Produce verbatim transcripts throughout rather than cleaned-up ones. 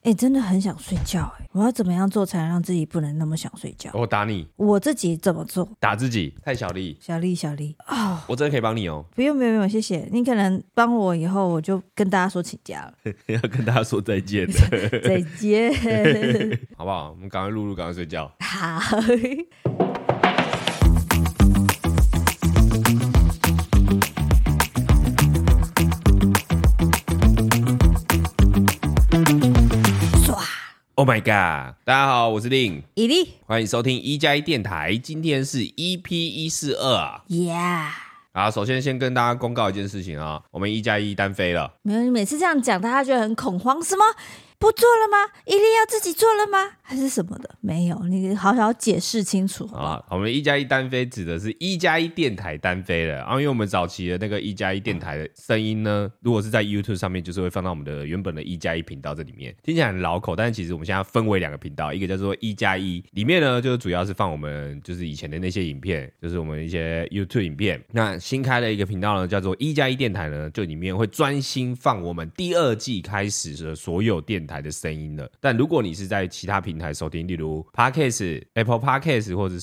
哎、欸，真的很想睡觉哎、欸！我要怎么样做才能让自己不能那么想睡觉？ 我打你， 我自己怎么做？ 打自己，太小力， 小力，小力啊！ Oh, 我真的可以帮你哦。 不用，不用，不用，谢谢。你可能帮我以后，我就跟大家说请假了， 要跟大家说再见的， 再见， 好不好？我们赶快录录，赶快睡觉。 好。 Oh my god！ 大家好，我是令伊利， 欢迎收听一加一电台。今天是 E P 一四二啊 ，Yeah！ 好，首先先跟大家公告一件事情啊，我们一加一单飞了。 没有，你每次这样讲，大家觉得很恐慌，什么？不做了吗？伊利要自己做了吗？还是什么的？没有，你好好解释清楚好不好？ 啊，我们一加一单飞指的是一加一电台单飞了。然后因为我们早期的那个一加一电台的声音呢，如果是在 YouTube 上面，就是会放到我们的原本的一加一频道这里面，听起来很老口，但是其实我们现在分为两个频道，一个叫做一加一，里面呢就主要是放我们就是以前的那些影片，就是我们一些 YouTube 影片。那新开的一个频道呢，叫做一加一电台呢，就里面会专心放我们第二季开始的所有电台的声音了。但如果你是在其他平台收听，例如 Podcast、Apple Podcast 或者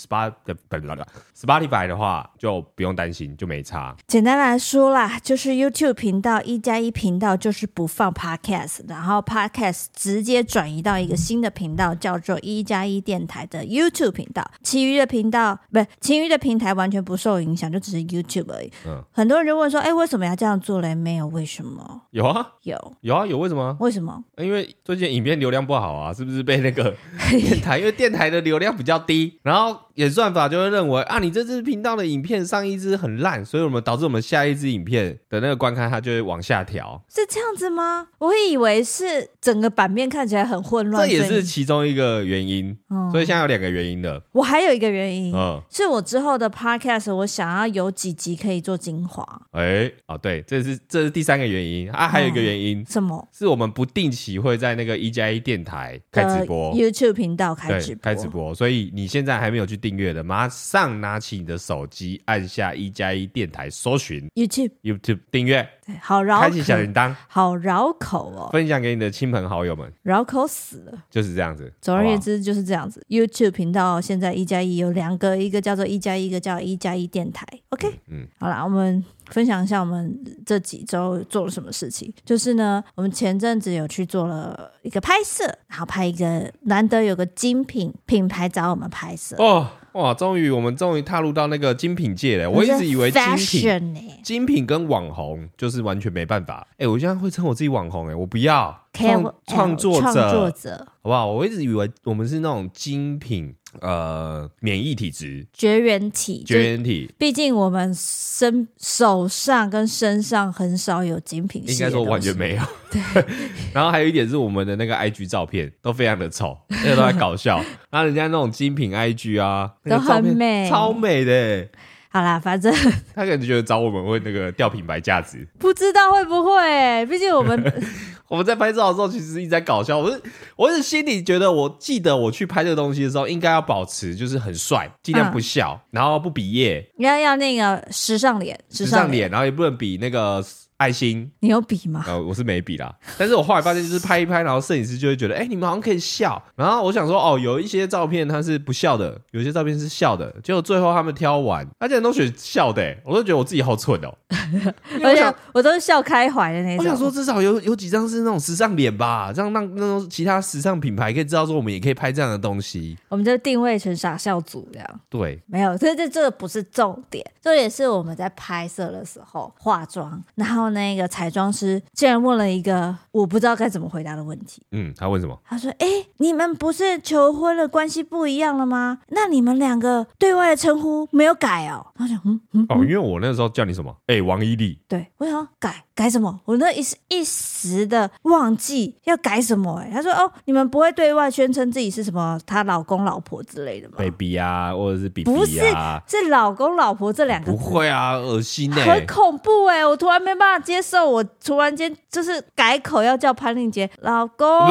Spotify 的话，就不用担心，就没差。 简单来说啦，就是 YouTube 频道一加一频道就是不放 Podcast， 然后 Podcast 直接转移到一个新的频道，叫做一加一电台的 YouTube 频道。其余的频道不，其余的平台完全不受影响，就只是 YouTube 而已。嗯，很多人就问说，哎，为什么要这样做嘞？没有为什么？ 有啊， 有有啊，有为什么？ 为什么？ 因为最近影片流量不好啊，是不是被那个电台？因为电台的流量比较低，然后演算法就会认为啊，你这支频道的影片上一支很烂，所以我们导致我们下一支影片的那个观看它就会往下调。 是这样子吗？我会以为是整个版面看起来很混乱， 这也是其中一个原因。嗯，所以现在有两个原因了。 我还有一个原因， 嗯， 是我之后的 podcast 我想要有几集可以做精华。 哎，哦，对，这是这是第三个原因啊，还有一个原因， 嗯，什么？ 是我们不定期会在那个一加一电台开直播 ，YouTube 频道开直播， 开直播。所以你现在还没有去订阅的，马上拿起你的手机，按下一加一电台，搜寻 YouTube YouTube 订阅， 好绕口， 开启小铃铛， 好绕口哦， 分享给你的亲朋好友们， 绕口死了， 就是这样子。 总而言之就是这样子。YouTube 频道现在一加一有两个，一个叫做一加一，一个叫一加一电台。OK， 嗯，嗯好啦，我们分享一下我们这几周做了什么事情。就是呢，我们前阵子有去做了一个拍摄，然后拍一个难得有个精品品牌找我们拍摄哦。哇，终于我们终于踏入到那个精品界了。我一直以为精品、 欸、 精品跟网红就是完全没办法。哎、欸，我现在会称我自己网红，哎，我不要。创创作者， 创作者， 好不好？我一直以为我们是那种精品，呃，免疫体质、 绝缘体、 绝缘体。 毕竟我们身手上跟身上很少有精品系的东西， 应该说完全没有。 对。 然后还有一点是我们的那个 I G 照片都非常的丑，那个都在搞笑。然后人家那种精品 I G 啊， 都很美， 超美的。 好啦，反正他可能觉得找我们会那个掉品牌价值， 不知道会不会、欸，毕竟我们我们在拍照的时候其实一直在搞笑。我是我是心里觉得，我记得我去拍这个东西的时候，应该要保持就是很帅，尽量不笑，嗯、然后不比耶， 要要那个时尚脸， 时尚脸，然后也不能比那个爱心。 你有比吗？ 呃，我是没比啦，但是我后来发现，就是拍一拍，然后摄影师就会觉得，哎、欸，你们好像可以笑。然后我想说，哦，有一些照片它是不笑的，有些照片是笑的。结果最后他们挑完，他竟然都选笑的、欸，我都觉得我自己好蠢哦。 而且我都是笑开怀的那种。 我想说，至少有有几张是那种时尚脸吧，这样让那种其他时尚品牌可以知道说，我们也可以拍这样的东西。 我们就定位成傻笑组这样。 对， 没有，这这这个不是重点，这也是我们在拍摄的时候化妆，然后那个彩妆师竟然问了一个我不知道该怎么回答的问题。 嗯，他问什么？ 他说：“哎、欸，你们不是求婚了，关系不一样了吗？那你们两个对外的称呼没有改哦？”他想，嗯嗯， 哦，因为我那时候叫你什么？哎、欸，王一丽。 对，我想改改什么？我那一时一时的忘记要改什么、欸。哎，他说：“哦，你们不会对外宣称自己是什么她老公老婆之类的吗 ？baby 啊，或者是 B B 啊？ 不是，是老公老婆这两个字。 不会啊，恶心哎、 欸，很恐怖哎、欸！我突然没办法接受，我突然间就是改口要叫潘令杰老公。”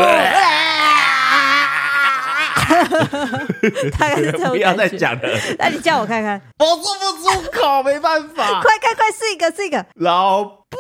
大概是这种感觉。 不要再讲了， 那你叫我看看。 我说不出口，没办法。 快快快，试一个，试一个。 老婆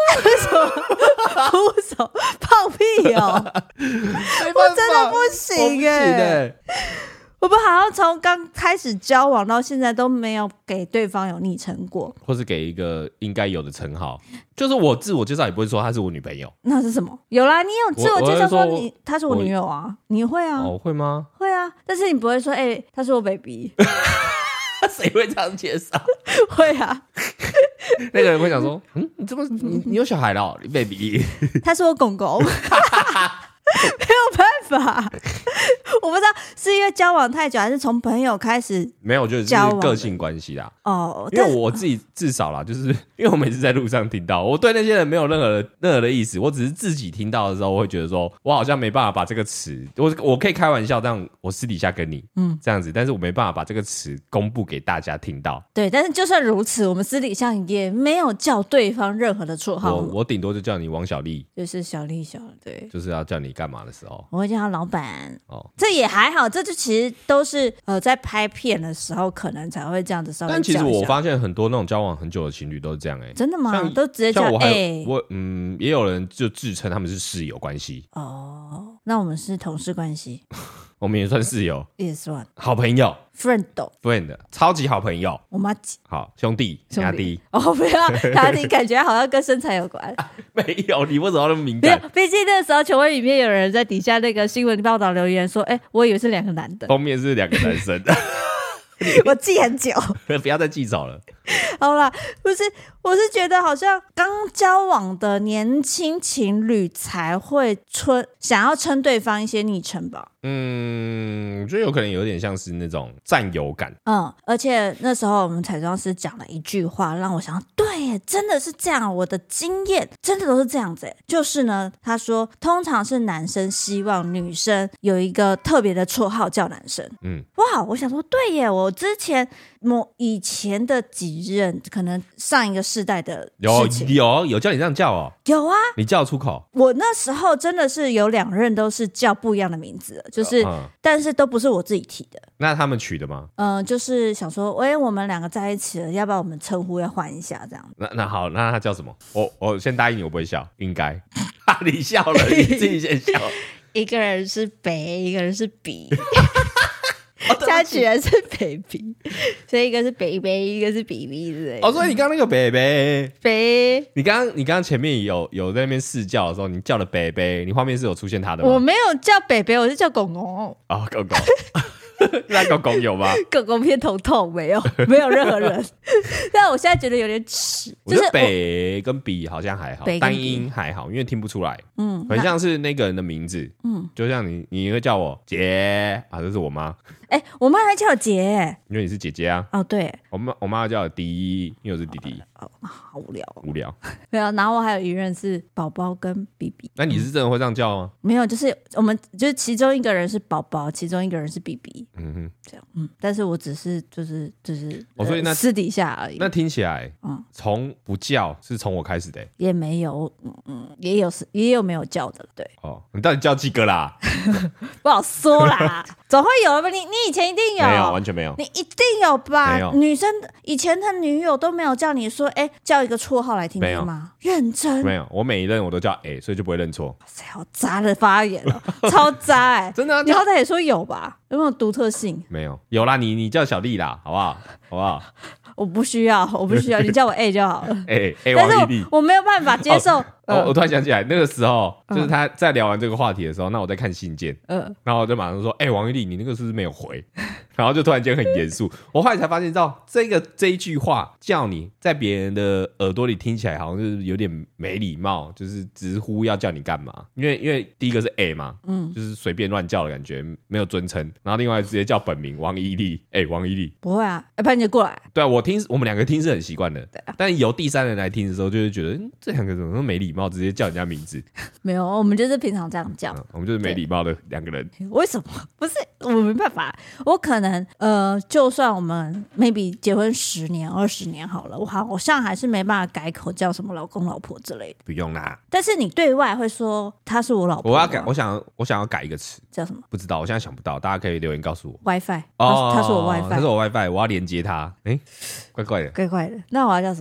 什么哭手放屁哦！我真的不行哎、欸。我们好像从刚开始交往到现在都没有给对方有昵称过， 或是给一个应该有的称号。就是我自我介绍也不会说她是我女朋友， 那是什么？有啦，你有自我介绍说你她是我女友啊，你会啊？ 哦，会吗？ 会啊，但是你不会说哎，她、欸、是我 baby。 谁会这样介绍？ 会啊。 那个人会想说，嗯，你这么你你有小孩了、哦，你 baby。 他是我公公。没有办法，我不知道是因为交往太久，还是从朋友开始。 没有，就是个性关系啦。哦，因为我自己至少啦，就是因为我每次在路上听到，我对那些人没有任何的任何的意思，我只是自己听到的时候，我会觉得说，我好像没办法把这个词，我我可以开玩笑，这样我私底下跟你，嗯，这样子，但是我没办法把这个词公布给大家听到。 对，但是就算如此，我们私底下也没有叫对方任何的绰号， 我我顶多就叫你王小丽， 就是小丽小，对， 就是要叫你干嘛的时候， 我会叫他老板。哦，这也还好，这就其实都是呃在拍片的时候可能才会这样子稍微叫一下。 但其实我发现很多那种交往很久的情侣都是这样哎、欸， 真的吗？都直接叫哎、欸，我嗯，也有人就自称他们是室友关系。 哦，那我们是同事关系。 我们也算室友， 也算好朋友 ，friend friend， 超级好朋友。 我妈好兄弟，兄弟哦，不要兄弟，感觉好像跟身材有关。 没有，你为什么要那么敏感？ 毕竟那时候求婚里面有人在底下那个新闻报道留言说：“哎、欸，我以为是两个男的， 封面是两个男生。” 我记很久， 不要再记走了。 好啦，不是，我是觉得好像刚交往的年轻情侣才会称想要称对方一些昵称吧。 嗯，我觉得有可能有点像是那种占有感。 嗯，而且那时候我们彩妆师讲了一句话，让我想到，对耶，真的是这样。我的经验真的都是这样子耶，就是呢，他说通常是男生希望女生有一个特别的绰号叫男生。嗯，哇，我想说，对耶，我之前某以前的几任，可能上一个世代的有事情有有叫你这样叫哦， 有啊， 你叫出口。 我那时候真的是有两任都是叫不一样的名字，就是、嗯、但是都不是我自己提的。 那他们取的吗？ 嗯，就是想说，喂，我们两个在一起了，要不要我们称呼要换一下这样？ 那那好，那他叫什么？我我先答应你，我不会笑，应该。你笑了，你自己先笑。 一个人是北，一个人是比。加起来是 baby， 所以一个是 baby， 一个是 baby 之类的。 哦，所以你刚刚那个 baby， baby， 你刚刚你刚刚前面有有在那边试叫的时候，你叫了 baby， 你画面是有出现他的吗？ 我没有叫 baby， 我是叫公公。 哦，公公。那公公有吗？ 公公偏头痛，没有，没有任何人。但我现在觉得有点耻， 我觉得北跟比好像还好，单音还好，因为听不出来。嗯，很像是那个人的名字。嗯，就像你，你会叫我姐啊，这是我妈。 哎、欸，我妈还叫我姐， 因为你是姐姐啊。 哦，对， 我妈我妈叫我弟，因为我是弟弟。 哦，好无聊， 无聊。 没有，然后我还有一任是宝宝跟 B B。 那你是真的会这样叫吗？ 没有，就是我们就是其中一个人是宝宝，其中一个人是 B B。嗯哼，这样，嗯，但是我只是就是就是，哦，所以那、呃、私底下而已。 那听起来，嗯，从不叫是从我开始的、欸， 也没有，嗯嗯，也有是也有没有叫的，对。 哦，你到底叫几个啦？ 不好说啦，总会有吧？你你以前一定有， 没有，完全没有。 你一定有吧？ 没有。 女生以前的女友都没有叫你说，哎、欸，叫一个绰号来听听吗？认真没有，我每一任我都叫 A， 所以就不会认错。 塞，好渣的发言哦，超渣哎、欸！ 真的、啊， 你好歹也说有吧？有没有独特性？ 没有，有啦，你你叫小丽啦，好不好？好不好？ 我不需要，我不需要，你叫我 A 就好了。 A A 王一丽， 我没有办法接受。 哦呃、我我突然想起来，那个时候、嗯、就是他在聊完这个话题的时候，那我在看信件，嗯，然后我就马上说：“哎、欸，王一丽，你那个是不是没有回？”然后就突然间很严肃。我后来才发现到，这个这一句话叫你在别人的耳朵里听起来好像就是有点没礼貌，就是直呼要叫你干嘛？因为因为第一个是 A 嘛，嗯，就是随便乱叫的感觉，没有尊称。然后另外直接叫本名王一丽，哎、欸，王一丽， 不会啊，要不然你就过来。 对啊，我听我们两个听是很习惯的，对啊，但由第三人来听的时候，就会觉得、嗯、这两个怎么那么没礼貌，直接叫人家名字。 没有，我们就是平常这样叫， 嗯、我们就是没礼貌的两个人。 为什么？不是我没办法，我可能呃。就算我们 maybe 结婚十年、二十年好了，我好像还是没办法改口叫什么老公、老婆之类的。 不用啦， 但是你对外会说他是我老婆。 我要改，我想我想要改一个词， 叫什么？ 不知道，我现在想不到，大家可以留言告诉我。 WiFi 哦，他是我 WiFi， 他是我 WiFi， 我要连接他。哎，怪怪的， 怪怪的。那我要叫什么？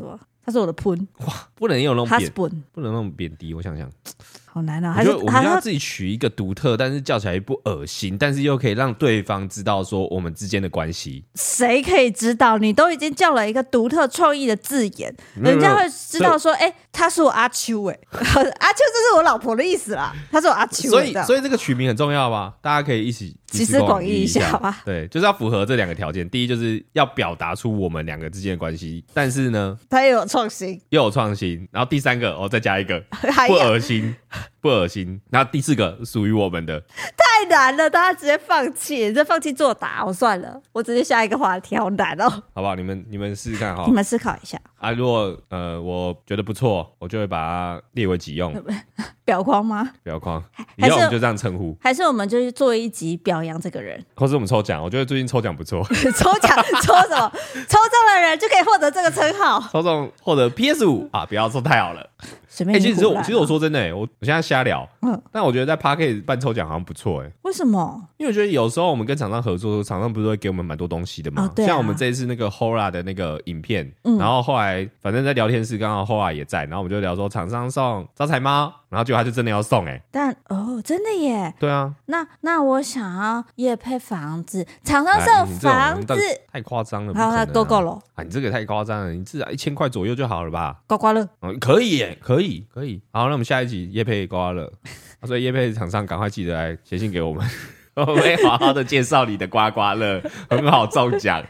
他是我的喷， 哇，不能有那种贬， husband 不能那种贬低。我想想， 好难啊！ 我还是觉得我们就要还是自己取一个独特，但是叫起来不恶心，但是又可以让对方知道说我们之间的关系。 谁可以知道？你都已经叫了一个独特创意的字眼， 没有人家会知道说，哎、欸，他是我阿秋，哎，阿秋就是我老婆的意思啦，他是我阿秋。 所以，所以这个取名很重要吧？大家可以一起集思广益一下，好吧？对，就是要符合这两个条件。第一，就是要表达出我们两个之间的关系，但是呢， 他又有创新， 又有创新。然后第三个，哦，再加一个不恶心，不恶心。然后第四个属于我们的， 太难了，大家直接放弃，这放弃作答，我算了，我直接下一个话题，好难哦。 好不好？你们你们试试看哈， 你们思考一下啊。如果呃我觉得不错，我就会把它列为己用。 表框吗？ 表框，以后我们就这样称呼。 还是我们就是做一集表扬这个人， 或是我们抽奖？我觉得最近抽奖不错。 抽奖抽什么？抽中的人就可以获得这个称号。 抽中获得 P S 五 啊！不要说太好了。 随便、啊欸。其实我其实我说真的、欸，我我现在瞎聊， 嗯， 但我觉得在 Podcast 办抽奖好像不错哎、欸。 为什么？ 因为我觉得有时候我们跟厂商合作，厂商不是会给我们蛮多东西的嘛。 哦对啊、 像我们这一次那个 Hora 的那个影片， 嗯、 然后后来反正在聊天室刚好 Hora 也在，然后我们就聊说厂商送招财猫，然后结果他就真的要送哎、欸。 但哦，真的耶。 对啊。 那那我想要业配房子，厂商送房子， 太夸张了。 好，那够够了。 啊，你这个太夸张了，你至少一千块左右就好了吧？ 刮刮乐， 哦，可以耶，可以可以。好，那我们下一集业配刮刮乐，啊、所以业配厂商赶快记得来写信给我们，我们会好好的介绍你的刮刮乐，很好中奖。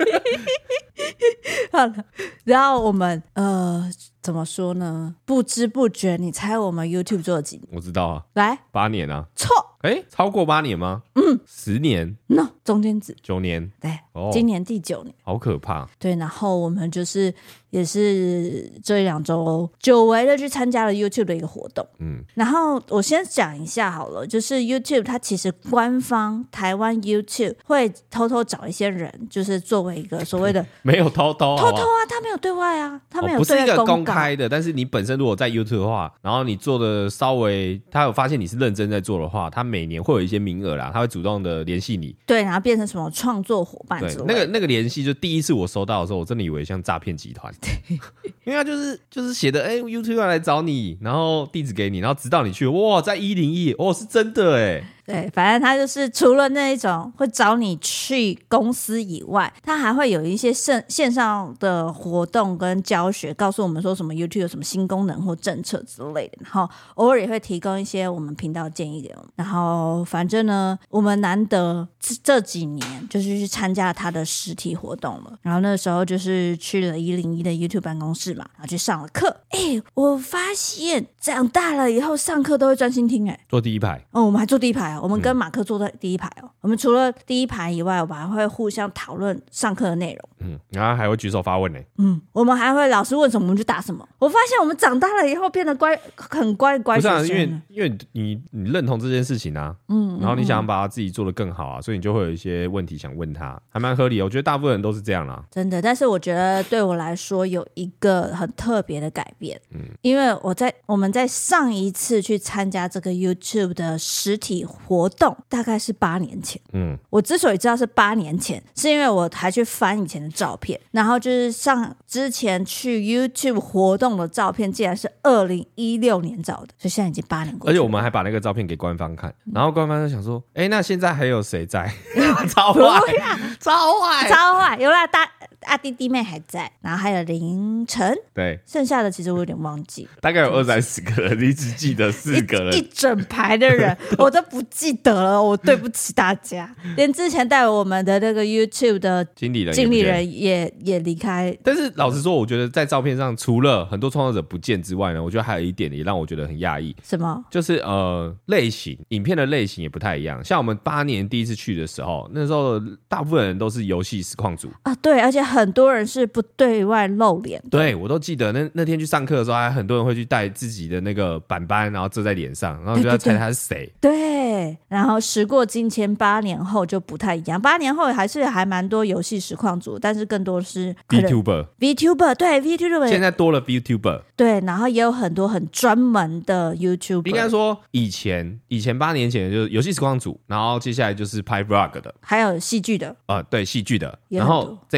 好了，然后我们呃怎么说呢？不知不觉，你猜我们 YouTube 做了几年？ 我知道啊， 来八年啊， 错， 哎、欸，超过八年吗？ 嗯， 十年 ，no， 中间值九年， 对， 哦， 今年第九年， 好可怕。 对，然后我们就是也是这两周久违的去参加了 YouTube 的一个活动，嗯，然后我先讲一下好了，就是 YouTube 它其实官方台湾 YouTube 会偷偷找一些人，就是作为一个所谓的没有偷偷， 偷偷啊，他没有对外啊，他没有对外、 哦、不是一个公开的，但是你本身如果在 YouTube 的话，然后你做的稍微，他有发现你是认真在做的话，他每年会有一些名额啦，他会主动的联系你， 对，然后变成什么创作伙伴之类的。 对，那个那个联系，就第一次我收到的时候，我真的以为像诈骗集团，因为他就是就是写的，哎、欸、，YouTube 要来找你，然后地址给你，然后直到你去，哇，在一零一，哦，是真的哎。 对，反正他就是除了那一种会找你去公司以外，他还会有一些线线上的活动跟教学，告诉我们说什么 YouTube 有什么新功能或政策之类的，然后偶尔也会提供一些我们频道建议给我们。然后反正呢，我们难得这几年就是去参加他的实体活动了，然后那时候就是去了一零一的 YouTube 办公室嘛，然后去上了课。哎，我发现长大了以后上课都会专心听，哎， 坐第一排， 哦，我们还坐第一排。我们跟马克坐在第一排哦、嗯，我们除了第一排以外，我们还会互相讨论上课的内容。 嗯，然后还会举手发问呢。 嗯，我们还会老师问什么我们就答什么。我发现我们长大了以后变得乖，很乖乖学生。 不是啊，因为因为你你认同这件事情啊，嗯，然后你想把他自己做得更好啊，所以你就会有一些问题想问他，还蛮合理的。我觉得大部分人都是这样啦， 真的。但是我觉得对我来说有一个很特别的改变，嗯，因为我在我们在上一次去参加这个 YouTube 的实体活动。大概是八年前，嗯，我之所以知道是八年前，是因为我还去翻以前的照片，然后就是上之前去 YouTube 活动的照片，竟然是二零一六年照的，所以现在已经八年过去了。 而且我们还把那个照片给官方看，然后官方就想说，哎、欸，那现在还有谁在？超坏，超坏， 超坏！有啦，大阿弟弟妹还在，然后还有凌晨， 对， 剩下的其实我有点忘记， 大概有二三十个人，你只记得四个人， 一, 一整排的人，我都不记得了，我对不起大家。连之前带我们的那个 YouTube 的经理人经理人也也离开。 但是老实说，我觉得在照片上，除了很多创作者不见之外呢，我觉得还有一点也让我觉得很讶异。 什么？就是呃，类型，影片的类型也不太一样。像我们八年第一次去的时候，那时候大部分人都是游戏实况组啊，对，而且很多人是不对外露脸的。 对，我都记得那那天去上课的时候，还很多人会去带自己的那个板板，然后遮在脸上，然后就要猜他是谁。 对，然后时过境迁，八年后就不太一样。八年后还是还蛮多游戏实况组，但是更多是 VTuber，VTuber 对 VTuber， 现在多了 VTuber， 对，然后也有很多很专门的 YouTuber。 应该说以前以前八年前就是游戏实况组，然后接下来就是拍 vlog 的， 还有戏剧的啊、呃，对，戏剧的。然后这一次呢，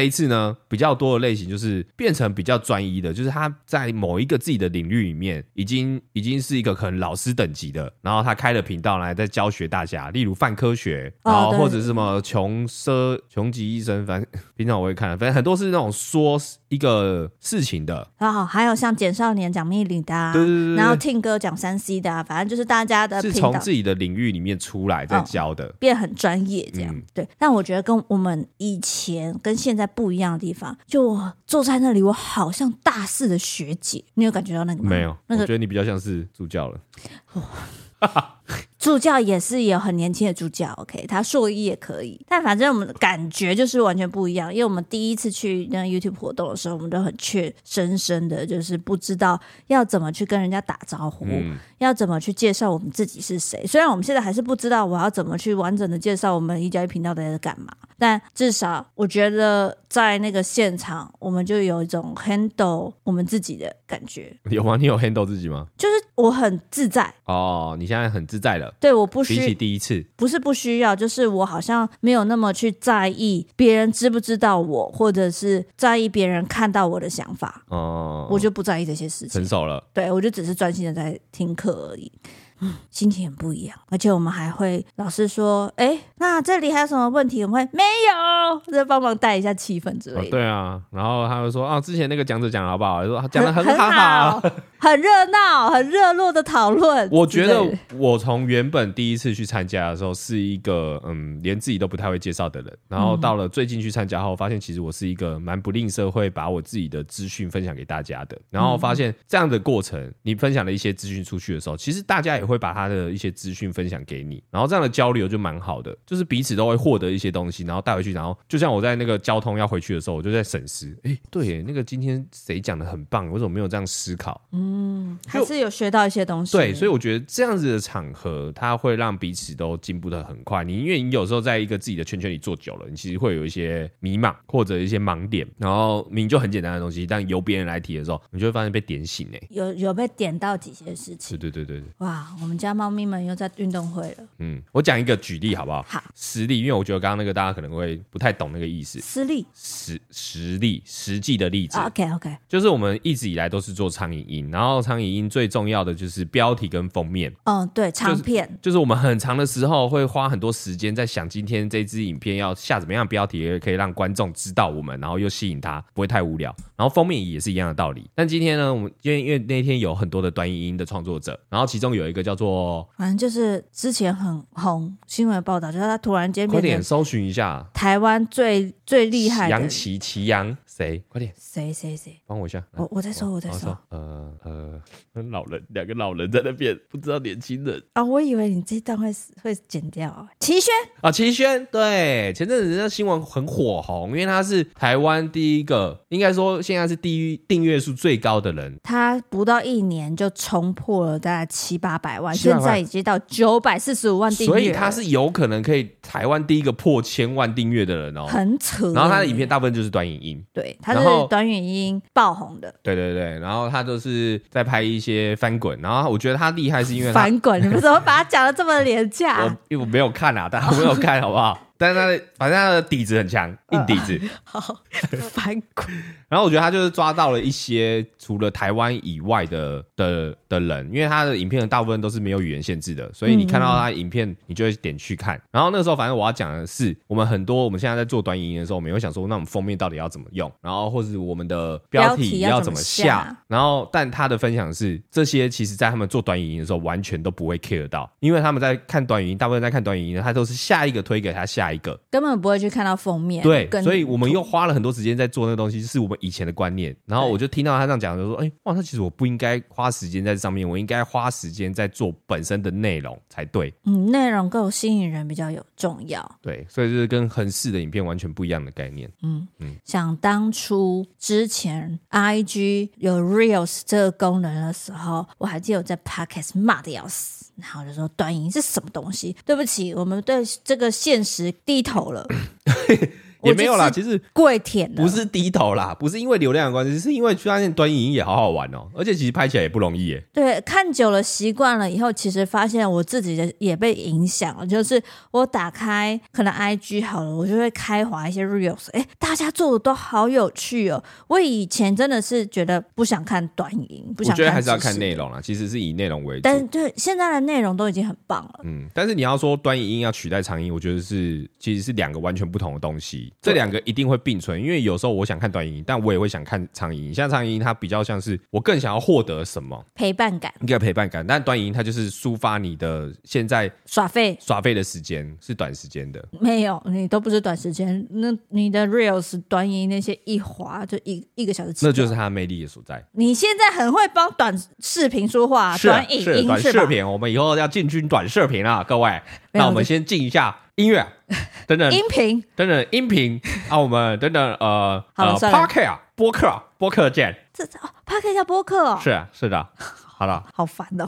呢比较多的类型就是变成比较专一的，就是他在某一个自己的领域里面已经已经是一个可能老师等级的，然后他开了频道来在教学大家，例如泛科学，然后或者是什么穷奢穷极一生，反正平常我会看，反正很多是那种说一个事情的， 然后还有像简少年讲命理的啊， 对对对对， 然后听歌讲三 C 的啊，反正就是大家的频道是从自己的领域里面出来在教的， 哦、变很专业这样、嗯。对，但我觉得跟我们以前跟现在不一样的地方，就我坐在那里，我好像大四的学姐，你有感觉到那个吗？ 没有， 那个、 我觉得你比较像是助教了。 哦助教也是有很年轻的助教 OK 他硕一也可以，但反正我们的感觉就是完全不一样，因为我们第一次去那 YouTube 活动的时候，我们都很怯生生的就是不知道要怎么去跟人家打招呼、嗯、要怎么去介绍我们自己是谁，虽然我们现在还是不知道我要怎么去完整的介绍我们一加一频道在干嘛，但至少我觉得在那个现场我们就有一种 handle 我们自己的感觉。 有吗？你有 handle 自己吗？ 就是我很自在哦，你现在很自在了。 对，我不需比起第一次不是不需要，就是我好像没有那么去在意别人知不知道我，或者是在意别人看到我的想法哦，我就不在意这些事情， 成熟了。对， 我就只是专心的在听课而已。嗯，心情很不一样，而且我们还会老师说，哎，那这里还有什么问题？我们会没有，就帮忙带一下气氛之类的、哦。 对啊，然后他会说，哦，之前那个讲者讲的好不好？说讲的很好， 很好，很热闹，很热络的讨论。 我觉得我从原本第一次去参加的时候，是一个嗯，连自己都不太会介绍的人，然后到了最近去参加后，发现其实我是一个蛮不吝啬会把我自己的资讯分享给大家的。然后发现这样的过程，你分享了一些资讯出去的时候，其实大家也会把他的一些资讯分享给你，然后这样的交流就蛮好的，就是彼此都会获得一些东西，然后带回去，然后就像我在那个交通要回去的时候，我就在审视，哎，对耶，那个今天谁讲的很棒，为什么没有这样思考？嗯， 还是有学到一些东西。 对，所以我觉得这样子的场合，它会让彼此都进步的很快。你因为你有时候在一个自己的圈圈里做久了，你其实会有一些迷茫或者一些盲点，然后明明就很简单的东西，但由别人来提的时候，你就会发现被点醒哎， 有有被点到几些事情。 对对对对对， 哇，我们家猫咪们又在运动会了。 嗯，我讲一个举例好不好？ 好， 实例，因为我觉得刚刚那个大家可能会不太懂那个意思。 实例， 实实例，实际的例子。 Oh, OK OK， 就是我们一直以来都是做苍蝇音，然后苍蝇音最重要的就是标题跟封面。 嗯，对，长片、 就是，就是我们很长的时候会花很多时间在想今天这支影片要下怎么样的标题，可以让观众知道我们，然后又吸引他，不会太无聊。然后封面也是一样的道理。但今天呢，我们因为因为那天有很多的短影音的创作者，然后其中有一个叫做， 反正就是之前很红新闻报道，就是他突然间变成， 快点搜寻一下台湾最最厉害的杨奇奇阳谁？快点， 谁谁谁？ 帮我一下， 我我在搜，我在搜。 呃呃，老人，两个老人在那边，不知道年轻人啊、哦，我以为你这段会会剪掉。齐轩啊，齐轩，对，前阵子那新闻很火红，因为他是台湾第一个，应该说现在是第一订阅数最高的人， 他不到一年就冲破了大概七八百万，现在已经到九百四十五万订阅， 所以他是有可能可以台湾第一个破千万订阅的人哦， 很扯。 然后他的影片大部分就是短影音， 对，他是短影音爆红的， 对对对，然后他都是在拍一些翻滚，然后我觉得他厉害是因为他翻滚，你们怎么把他讲的这么廉价？ 我因为我没有看啊，但我没有看，好不好？但是他的反正他的底子很强，硬底子。 呃、好，翻滚。 然后我觉得他就是抓到了一些除了台湾以外的的的人，因为他的影片的大部分都是没有语言限制的，所以你看到他的影片，你就会点去看。然后那个时候，反正我要讲的是，我们很多我们现在在做短影音的时候，我们也会想说，那我们封面到底要怎么用，然后或者我们的标题要怎么下。然后，但他的分享是，这些其实在他们做短影音的时候，完全都不会 care 到，因为他们在看短影音，大部分在看短影音的，他都是下一个推给他下一个， 根本不会去看到封面。 对，所以我们又花了很多时间在做那个东西，是我们以前的观念。然后我就听到他这样讲，就说：“哎，哇，那其实我不应该花时间在这上面，我应该花时间在做本身的内容才对。” 嗯，内容够吸引人比较有重要。 对，所以就是跟横式的影片完全不一样的概念。 嗯嗯，想当初之前 I G 有 Reels 这个功能的时候，我还记得我在 Podcast 骂的要死。然后就说短影音是什么东西？对不起，我们对这个现实低头了。 也没有啦，其实跪舔了， 不是低头啦，不是因为流量的关系，是因为发现短影音也好好玩哦，而且其实拍起来也不容易耶。 对，看久了习惯了以后，其实发现我自己的也被影响了，就是我打开可能 I G 好了，我就会开滑一些 reels， 哎，大家做的都好有趣哦。我以前真的是觉得不想看短影音，不想看，我觉得还是要看内容啦，其实是以内容为主。 但是对现在的内容都已经很棒了， 嗯，但是你要说短影音要取代长影音，我觉得是其实是两个完全不同的东西，这两个一定会并存，因为有时候我想看短影音，但我也会想看长影音。像长影音它比较像是我更想要获得什么陪伴感， 一个陪伴感，但短影音它就是抒发你的现在耍废耍废的时间是短时间的， 没有，你都不是短时间，那你的 reels 短影音那些一滑就一一个小时， 那就是它的魅力的所在。 你现在很会帮短视频说话， 是短影音是短视频，我们以后要进军短视频啊，各位。那我们先进一下音乐，等等音频， 等等音频啊，我们等等呃呃 Podcast 播客播客见。 这哦 Podcast 叫播客哦， 是啊是的，好了， 好烦哦。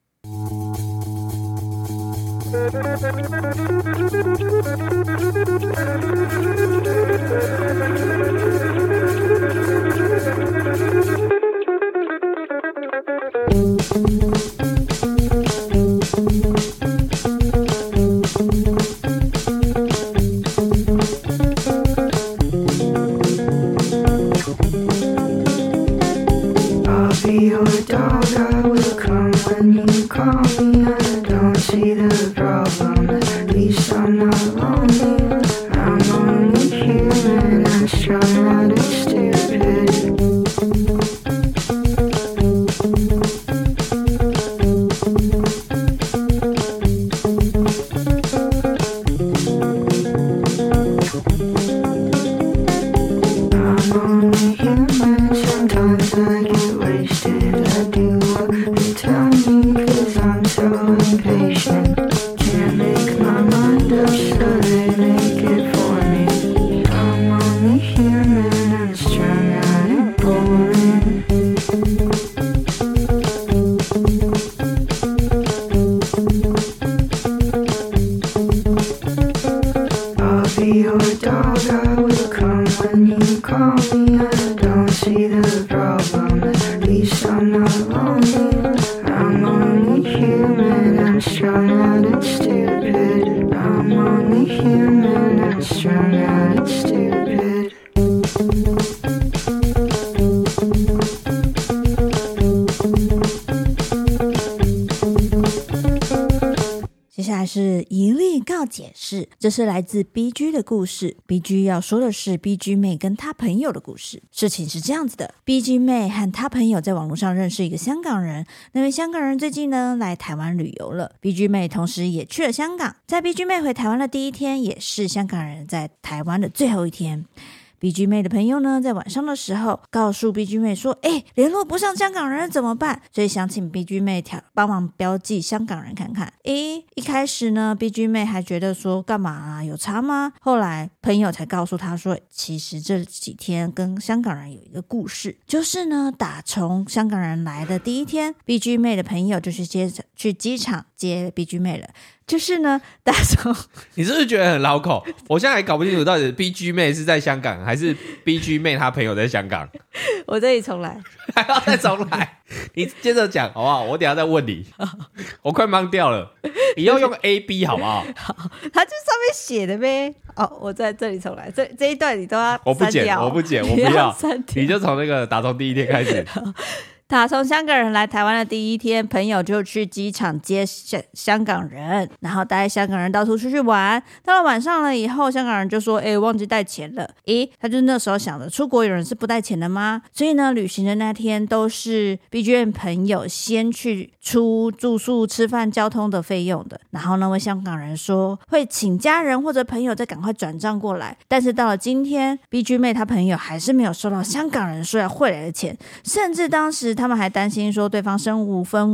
是一例告解释，这是来自 B G 的故事。 B G 要说的是 B G 妹跟她朋友的故事。事情是这样子的， B G 妹和她朋友在网络上认识一个香港人，那位香港人最近呢来台湾旅游了， B G 妹同时也去了香港。在 B G 妹回台湾的第一天，也是香港人在台湾的最后一天。B G 妹的朋友呢，在晚上的时候告诉 B G 妹说：“哎，联络不上香港人怎么办？”所以想请 B G 妹调帮忙标记香港人看看。诶，一开始呢 ，B G 妹还觉得说干嘛啊，有差吗？后来朋友才告诉她说，其实这几天跟香港人有一个故事，就是呢，打从香港人来的第一天 ，B G 妹的朋友就去接去机场接 B G 妹了。就是呢，打从你是不是觉得很绕口？我现在还搞不清楚到底 B G 妹是在香港，还是 B G 妹她朋友在香港。 我这里重来， 还要再重来。你接着讲好不好？我等一下再问你。我快懵掉了，你要用 A B 好不好？ 好，它就上面写的呗。哦，我在这里重来，这这一段你都要我不剪，我不剪，我不要，你就从那个打从第一天开始。 打从香港人来台湾的第一天，朋友就去机场接香港人，然后带香港人到处出去玩。到了晚上了以后，香港人就说：“哎，忘记带钱了。”诶，他就那时候想着，出国有人是不带钱的吗？所以呢，旅行的那天都是 B G M 朋友先去出住宿、吃饭、交通的费用的。然后那位香港人说会请家人或者朋友再赶快转账过来。但是到了今天 ，B G 妹她朋友还是没有收到香港人说要汇来的钱，甚至当时他们还担心说对方身无分文，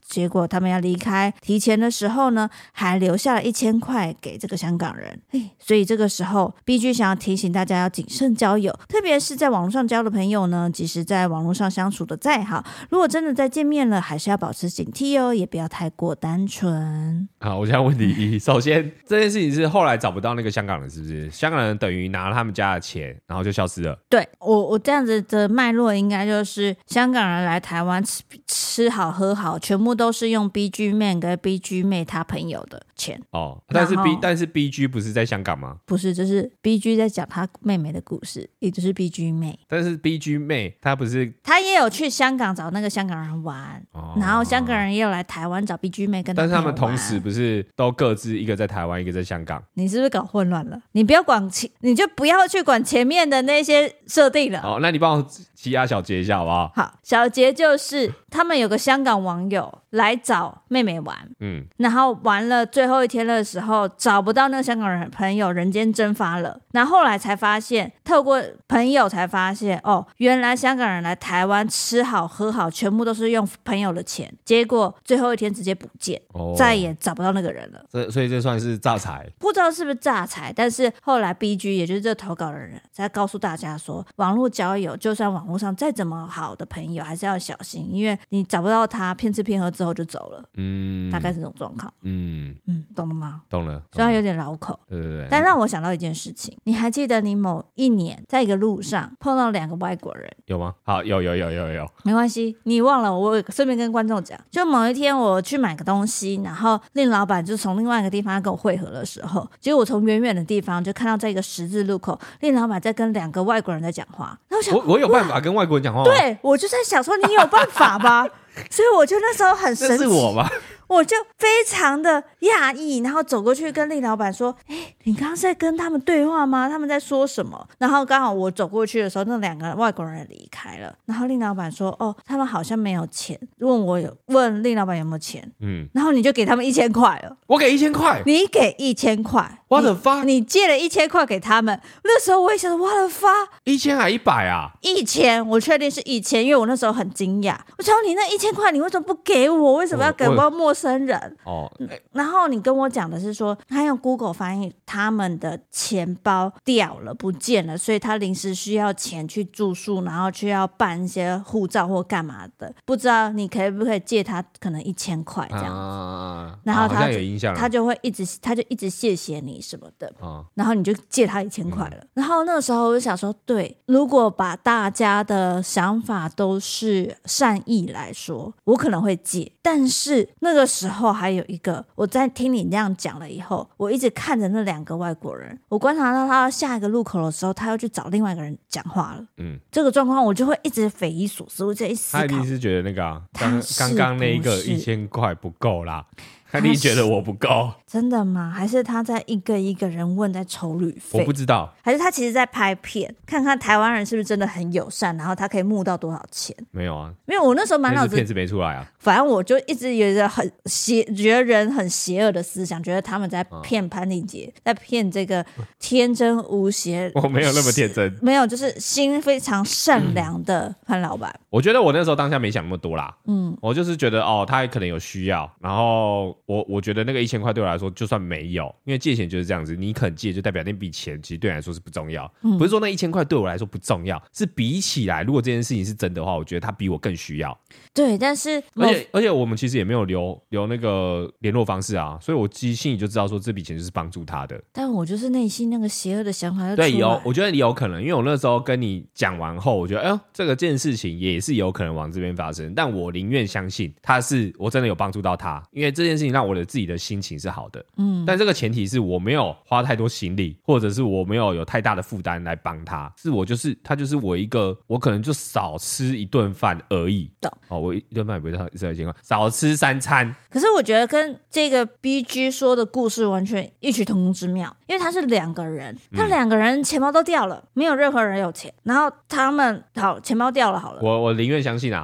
结果他们要离开提前的时候呢，还留下了一千块给这个香港人。所以这个时候 B G 想要提醒大家要谨慎交友，特别是在网络上交的朋友呢，即使在网络上相处的再好，如果真的再见面了，还是要保持警惕哦，也不要太过单纯。 好，我现在问题一，首先这件事情是后来找不到那个香港人，是不是？香港人等于拿了他们家的钱，然后就消失了。 对，我我这样子的脉络应该就是香港人来台湾吃吃好喝好，全部都是用 B G Man 跟 B G 妹他朋友的钱。 哦，但是 B 但是 B G 不是在香港吗？ 不是，这是 B G 在讲他妹妹的故事，也就是 B G 妹。 但是 B G 妹她不是， 她也有去香港找那个香港人玩，哦、然后香港人也有来台湾找 B G 妹跟她朋友玩。 但是他们同时不是都各自一个在台湾，一个在香港？ 你是不是搞混乱了？你不要管前，你就不要去管前面的那些设定了。 哦，那你帮我欺压小杰一下好不好？ 好，小杰就是他们有个香港网友来找妹妹玩，嗯，然后玩了最后一天的时候找不到那个香港人朋友，人间蒸发了。然后后来才发现，透过朋友才发现，哦，原来香港人来台湾吃好喝好，全部都是用朋友的钱，结果最后一天直接不见，哦、再也找不到那个人了。 这所以这算是诈财， 不知道是不是诈财，但是后来 B G 也就是这投稿的人才告诉大家说，网络交友就算网络上再怎么好的朋友，还是要小心，因为你找不到他，骗吃骗喝之后就走了。嗯，大概是这种状况。嗯嗯，懂了吗？ 懂了。 虽然有点绕口， 对对对， 但让我想到一件事情，你还记得你某一年在一个路上碰到两个外国人？ 有吗？好，有有有有有。 没关系，你忘了，我顺便跟观众讲，就某一天我去买个东西，然后令老板就从另外一个地方跟我会合的时候，结果我从远远的地方就看到在一个十字路口，令老板在跟两个外国人在讲话。然后我想， 我我有办法跟外国人讲话吗？ 对，我就在想说你有办法吧，所以我就那时候很神奇。 那是我吧？ 我就非常的讶异，然后走过去跟令老板说：“哎，你刚刚在跟他们对话吗？他们在说什么？”然后刚好我走过去的时候，那两个外国人离开了。然后令老板说：“哦，他们好像没有钱。”问我有问令老板有没有钱，嗯，然后你就给他们一千块了。 我给一千块， 你给一千块， 我的发， 你借了一千块给他们。那时候我也想说，我的发， 一千还一百啊？ 一千，我确定是一千，因为我那时候很惊讶。我想你那一千块，你为什么不给我？为什么要给我陌生人？哦。然后你跟我讲的是说，他用 Google 翻译他们的钱包掉了不见了，所以他临时需要钱去住宿，然后去要办一些护照或干嘛的，不知道你可以不可以借他可能一千块这样子，啊、然后他就、啊、他就会一直他就一直谢谢你什么的，啊、然后你就借他一千块了、嗯。然后那个时候我就想说，对，如果把大家的想法都是善意来说，我可能会借，但是那个时候还有一个，我在听你这样讲了以后，我一直看着那两个外国人，我观察到他下一个路口的时候，他要去找另外一个人讲话了。嗯，这个状况我就会一直匪夷所思，我就一思考， 他一定是觉得那个啊，刚刚刚那一个一千块不够啦。他你觉得我不够？ 真的吗？还是他在一个一个人问在抽旅费？ 我不知道。 还是他其实在拍片，看看台湾人是不是真的很友善，然后他可以募到多少钱？ 没有啊， 没有。我那时候满脑子片子没出来啊。 反正我就一直有一个很邪，觉得人很邪恶的思想，觉得他们在骗潘丽杰，在骗这个天真无邪。 我没有那么天真， 没有，就是心非常善良的潘老板。 我觉得我那时候当下没想那么多啦。嗯，我就是觉得哦，他可能有需要，然后。我我觉得那个一千块对我来说就算没有，因为借钱就是这样子，你肯借就代表那笔钱其实对你来说是不重要、嗯、不是说那一千块对我来说不重要，是比起来如果这件事情是真的话，我觉得他比我更需要。 对，但是而且而且我们其实也没有留留那个联络方式啊，所以我心里就知道说这笔钱就是帮助他的。 但我就是内心那个邪恶的想法就出来。 对，有，我觉得有可能，因为我那时候跟你讲完后，我觉得哎呦，这个件事情也是有可能往这边发生，但我宁愿相信他是我真的有帮助到他，因为这件事情让我的自己的心情是好的。嗯，但这个前提是我没有花太多心力，或者是我没有有太大的负担来帮他，是我就是他就是我一个，我可能就少吃一顿饭而已。懂？哦，我一顿饭也不会到这情况，少吃三餐。 可是我觉得跟这个 B G 说的故事完全异曲同工之妙，因为他是两个人，他两个人钱包都掉了，没有任何人有钱，然后他们好钱包掉了好了， 我我宁愿相信啊，好不好？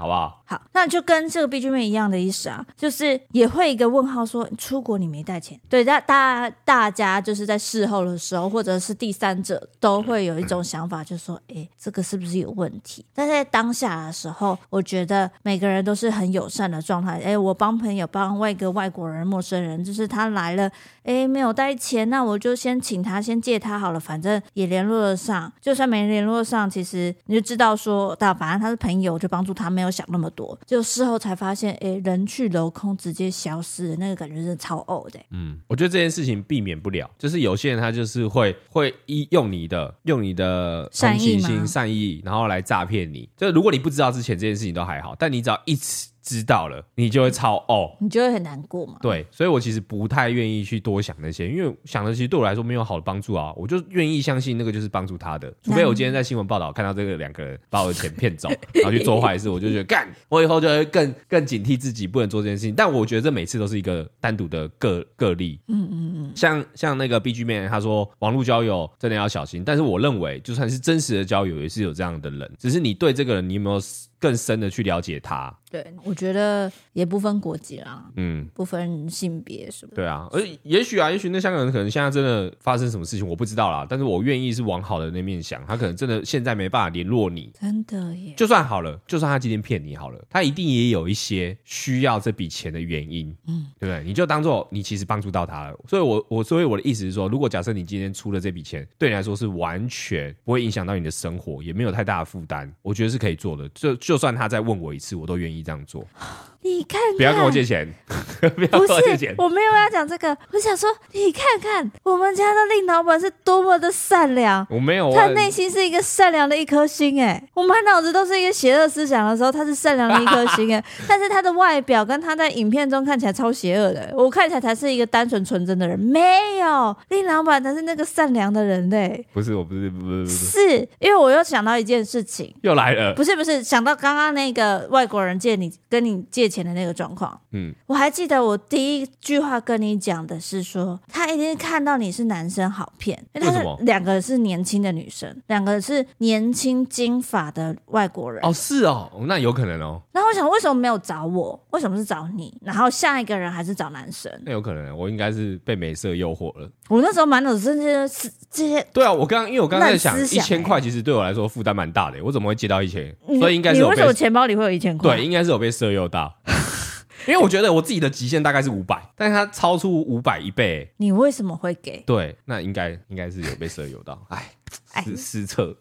好，那就跟这个 B G 妹一样的意思啊，就是也会一个问号说出国你没带钱。对，大大大家就是在事后的时候，或者是第三者都会有一种想法，就是说，哎，这个是不是有问题？但在当下的时候，我觉得每个人都是很友善的状态。哎，我帮朋友，帮外个外国人、陌生人，就是他来了，哎，没有带钱，那我就先请他，先借他好了，反正也联络得上。就算没联络上，其实你就知道说，但反正他是朋友，就帮助他，没有想那么多。就事后才发现，哎，人去楼空，直接消失，那个感觉是超呕的。 嗯，我觉得这件事情避免不了，就是有些人他就是会会用你的用你的同情心、善意，然后来诈骗你。就如果你不知道之前这件事情都还好，但你只要一次知道了，你就会超哦， 你就会很难过嘛。 对，所以我其实不太愿意去多想那些，因为想的其实对我来说没有好的帮助啊。我就愿意相信那个就是帮助他的，除非我今天在新闻报道看到这个两个人把我的钱骗走，然后去做坏事，我就觉得干，我以后就会更更警惕自己不能做这件事情。但我觉得这每次都是一个单独的个个例。嗯嗯嗯，像像那个 B G 妹他说网络交友真的要小心，但是我认为就算是真实的交友也是有这样的人，只是你对这个人你有没有更深的去了解他。 对，我觉得也不分国籍啦， 嗯， 不分性别什么的。 对啊，而也许啊，也许那香港人可能现在真的发生什么事情我不知道啦，但是我愿意是往好的那面想，他可能真的现在没办法联络你， 真的耶。 就算好了，就算他今天骗你好了，他一定也有一些需要这笔钱的原因，嗯，对不对？你就当做你其实帮助到他了。所以我我所以我的意思是说，如果假设你今天出了这笔钱，对你来说是完全不会影响到你的生活，也没有太大的负担，我觉得是可以做的。就就算他再问我一次，我都愿意这样做。 你看看， 不要跟我借钱，不要跟我借钱。 不是，我没有要讲这个，我想说，你看看我们家的令老板是多么的善良。 我没有， 他内心是一个善良的一颗心，哎，我满脑子都是一个邪恶思想的时候，他是善良的一颗心，哎，但是他的外表跟他在影片中看起来超邪恶的，我看起来才是一个单纯纯真的人。没有，令老板才是那个善良的人嘞。 不是，我不是，不是，不是， 是因为我又想到一件事情， 又来了， 不是不是，想到刚刚那个外国人借你跟你借钱的那个状况。嗯，我还记得我第一句话跟你讲的是说，他一定看到你是男生好骗，因为他是两个是年轻的女生，两个是年轻金发的外国人。 哦，是哦，那有可能哦。 然后我想，为什么没有找我？为什么是找你？然后下一个人还是找男生？ 那有可能，我应该是被美色诱惑了。 我那时候满脑子这些这些， 对啊，我刚因为我刚刚在想，一千块其实对我来说负担蛮大的，我怎么会借到一千？所以应该是有被， 你为什么钱包里会有一千块？ 对，应该是有被色诱到。因为我觉得我自己的极限大概是五百，但是他超出五百一倍。 你为什么会给？ 对，那应该应该是有被色诱到。哎，失失策。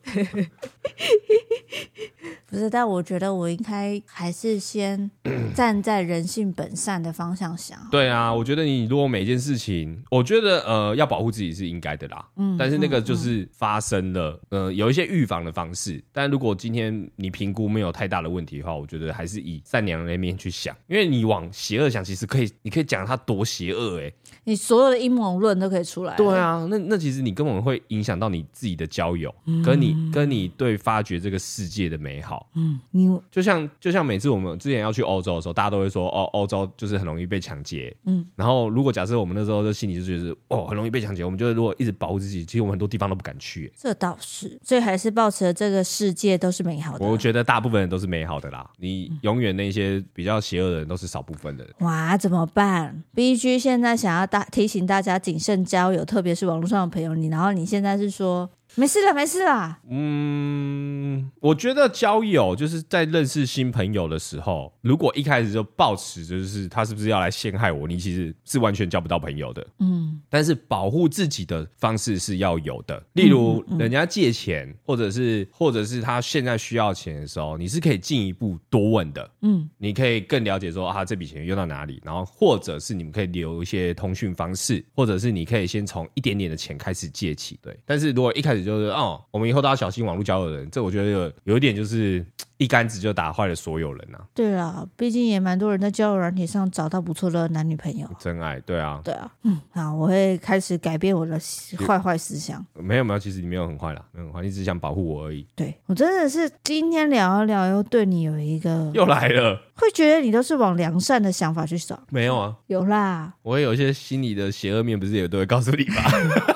不是，但我觉得我应该还是先站在人性本善的方向想。 对啊，我觉得你如果每件事情，我觉得呃要保护自己是应该的啦。嗯，但是那个就是发生了，嗯、呃，有一些预防的方式。但如果今天你评估没有太大的问题的话，我觉得还是以善良的那面去想，因为你往邪恶想，其实可以，你可以讲它多邪恶哎、欸， 你所有的阴谋论都可以出来。 对啊，那那其实你根本会影响到你自己的交友，嗯、跟你跟你对发掘这个世界的美好。嗯，你就像就像每次我们之前要去欧洲的时候，大家都会说哦，欧洲就是很容易被抢劫。嗯，然后如果假设我们那时候的心里就觉得哦，很容易被抢劫，我们就如果一直保护自己，其实我们很多地方都不敢去。 这倒是，所以还是抱持了这个世界都是美好的。 我觉得大部分人都是美好的啦，你永远那些比较邪恶的人都是少部分的人。 哇，怎么办 ？B G 现在想要大提醒大家谨慎交友，特别是网络上的朋友，你然后你现在是说。没事啦，没事啦。 嗯，我觉得交友就是在认识新朋友的时候，如果一开始就抱持就是他是不是要来陷害我，你其实是完全交不到朋友的。嗯，但是保护自己的方式是要有的，例如、嗯嗯、人家借钱，或者是或者是他现在需要钱的时候，你是可以进一步多问的。嗯，你可以更了解说啊这笔钱用到哪里，然后或者是你们可以留一些通讯方式，或者是你可以先从一点点的钱开始借起。对，但是如果一开始就是哦，我们以后都要小心网络交友的人，这我觉得有有一点就是一竿子就打坏了所有人啊。 对啊，毕竟也蛮多人在交友软体上找到不错的男女朋友， 真爱。对啊， 对啊，嗯，好，我会开始改变我的坏坏思想。 没有没有，其实你没有很坏啦，没有很坏，你只是想保护我而已。 对，我真的是今天聊一聊，又对你有一个又来了， 会觉得你都是往良善的想法去找。 没有啊， 有啦， 我也有一些心理的邪恶面，不是也都会告诉你吧？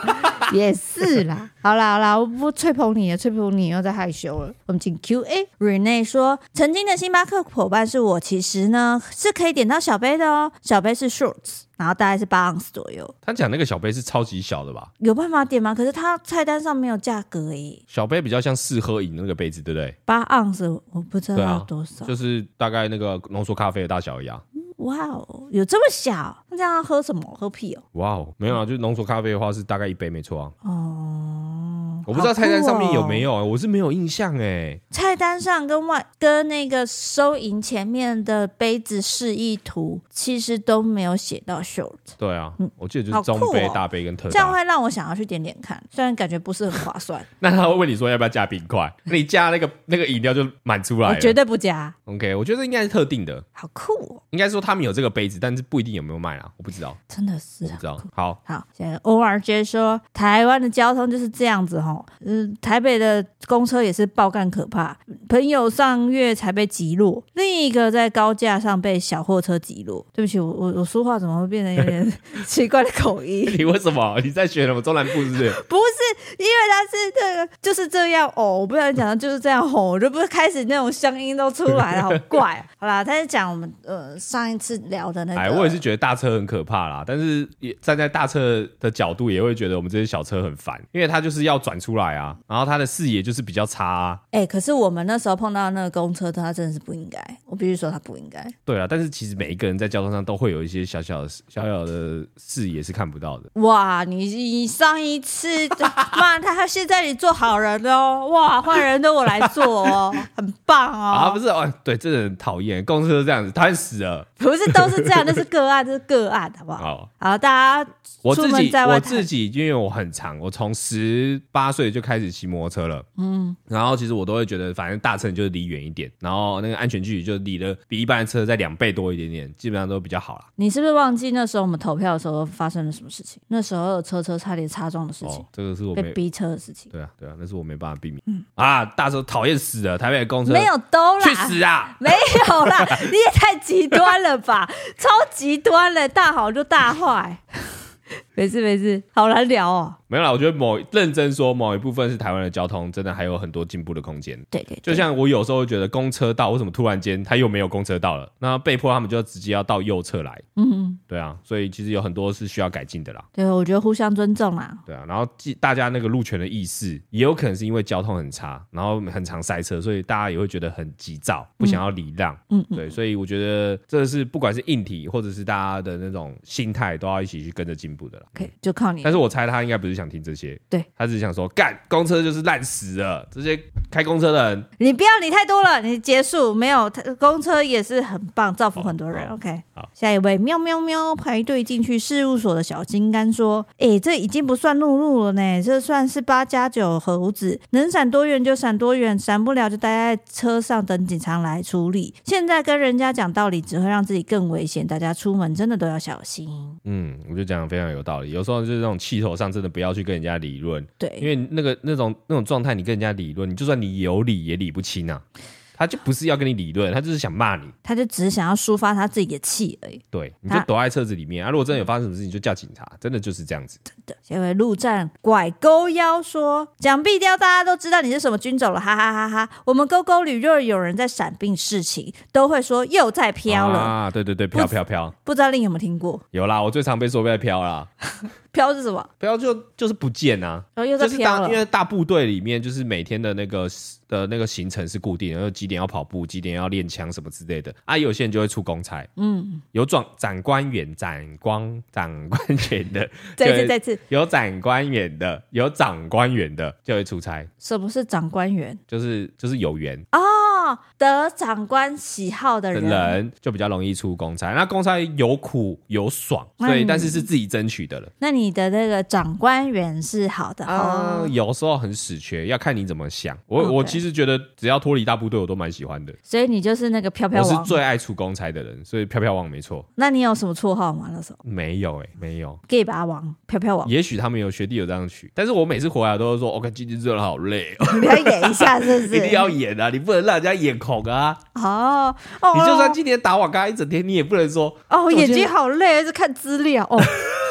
也是啦，好啦好啦，我不吹捧你了，吹捧你又在害羞了。我们请 Q A Rene 说，曾经的星巴克伙伴是我，其实呢是可以点到小杯的哦，小杯是 shorts， 然后大概是八盎司左右。 他讲那个小杯是超级小的吧？ 有办法点吗？可是他菜单上没有价格耶。 小杯比较像试喝饮的那个杯子，对不对？ 八盎司我不知道要多少、 啊，就是大概那个浓缩咖啡的大小一样。 哇哦，有这么小？那这样要喝什么？喝屁哦！ 哇哦，没有啊，就是浓缩咖啡的话是大概一杯没错啊。 哦， 我不知道菜单上面有没有、欸，我是没有印象哎、欸。 菜单上跟外跟那个收银前面的杯子示意图，其实都没有写到 short。 对啊，嗯、我记得就是中杯、哦、大杯跟特大， 这样会让我想要去点点看，虽然感觉不是很划算。 那他会问你说要不要加冰块？那你加那个那个饮料就满出来了。 我绝对不加。 OK， 我觉得应该是特定的。 好酷哦！ 应该说他们有这个杯子，但是不一定有没有卖啦，我不知道。 真的是， 我不知道。好， 好，现在 O R J 说，台湾的交通就是这样子齁，嗯，台北的公车也是爆干可怕，朋友上月才被击落，另一个在高架上被小货车击落。对不起，我我我说话怎么会变成有点奇怪的口音？ 你为什么？你在学什么中南部是不是？ 不是，因为他是这个就是这样哦，我不想讲的就是这样吼，我就不是开始那种乡音都出来了，好怪、啊。好啦，他是讲我们呃上一次聊的那个， 哎，我也是觉得大车很可怕啦，但是也站在大车的角度，也会觉得我们这些小车很烦，因为他就是要转出来啊，然后他的视野就是比较差啊。 哎、欸，可是我们那时候碰到那个公车，他真的是不应该，我必须说他不应该。 对啊，但是其实每一个人在交通上都会有一些小小的小小的视野是看不到的。 哇，你你上一次妈，他现在你做好人哦，哇，坏人都我来做哦，很棒哦。 啊，不是哦，对，真的很讨厌，公车这样子，讨厌死了。 不是都是这样，那是个案，这是个案，好不好？ 好， 好，大家我自己我自己， 因为我很长，我从十八岁就开始骑摩托车了，嗯，然后其实我都会觉得，反正大车你就是离远一点，然后那个安全距离就离了比一般的车在两倍多一点点，基本上都比较好啦。 你是不是忘记那时候我们投票的时候发生了什么事情？那时候有车车差点擦撞的事情，哦、 这个是我没被逼车的事情。 对啊，对啊，那是我没办法避免。嗯啊，大车讨厌死了，台北的公车没有兜啦， 去死啊！ 没有啦，你也太极端了吧，超极端了，大好就大坏。没事没事，好难聊哦。 没有啦，我觉得某认真说，某一部分是台湾的交通真的还有很多进步的空间。 对 对, 对， 就像我有时候会觉得公车道为什么突然间它又没有公车道了，那被迫他们就直接要到右侧来。嗯，对啊，所以其实有很多是需要改进的啦。 对，我觉得互相尊重啦。 对啊，然后大家那个路权的意识，也有可能是因为交通很差，然后很常塞车，所以大家也会觉得很急躁，不想要礼让。嗯，对，所以我觉得这是不管是硬体或者是大家的那种心态，都要一起去跟着进步的啦。 OK， 就靠你。 但是我猜他应该不是想听这些， 对， 他只是想说，干公车就是烂死了，这些开公车的人， 你不要理太多了，你结束没有？公车也是很棒，造福很多人。哦、OK， 好，下一位喵喵喵排队进去事务所的小金刚说，哎、欸，这已经不算路怒了呢，这算是八加九猴子，能闪多远就闪多远，闪不了就待在车上等警察来处理。现在跟人家讲道理只会让自己更危险，大家出门真的都要小心。 嗯，我觉得讲得非常有道理，有时候就是那种气头上真的不要去跟人家理论， 对， 因为那个那种那种状态，你跟人家理论，你就算你有理也理不清啊。他就不是要跟你理论，他就是想骂你， 他就只是想要抒发他自己的气而已。 对，你就躲在车子里面啊！如果真的有发生什么事情，就叫警察，真的就是这样子。 真的，这位陆战拐钩腰说：“讲必雕，大家都知道你是什么军种了，哈哈哈哈！我们沟沟里若有人在闪避事情，都会说又在飘了啊！对对对，飘飘飘， 不知道你有没有听过？ 有啦，我最常被说在飘啦。 飘是什么？ 飘就就是不见啊， 然后又在飘了。 就是因为大部队里面就是每天的那个的那个行程是固定的，然后几点要跑步，几点要练枪什么之类的啊。有些人就会出公差，嗯，有长长官员、长官、长官员的， 再次再次有长官员的，有长官员的就会出差。 什么是长官员？ 就是就是有缘哦，得长官喜好的人， 人就比较容易出公差。那公差有苦有爽，所以、嗯、但是是自己争取的了。 那你的那个长官员是好的啊、呃，有时候很死缺，要看你怎么想。我、okay. 我其实觉得只要脱离大部队，我都蛮喜欢的。 所以你就是那个飘飘王， 我是最爱出公差的人，所以飘飘王没错。 那你有什么绰号吗？那时候没有哎、欸，没有。 gay 拔王，飘飘王。 也许他们有学弟有这样取，但是我每次回来都会说，我、哦、看今天真的好累哦。 你要演一下是不是？ 一定要演啊，你不能让人家眼红啊。 哦哦， 你就算今天打网咖一整天，你也不能说哦，我眼睛好累，是看资料哦。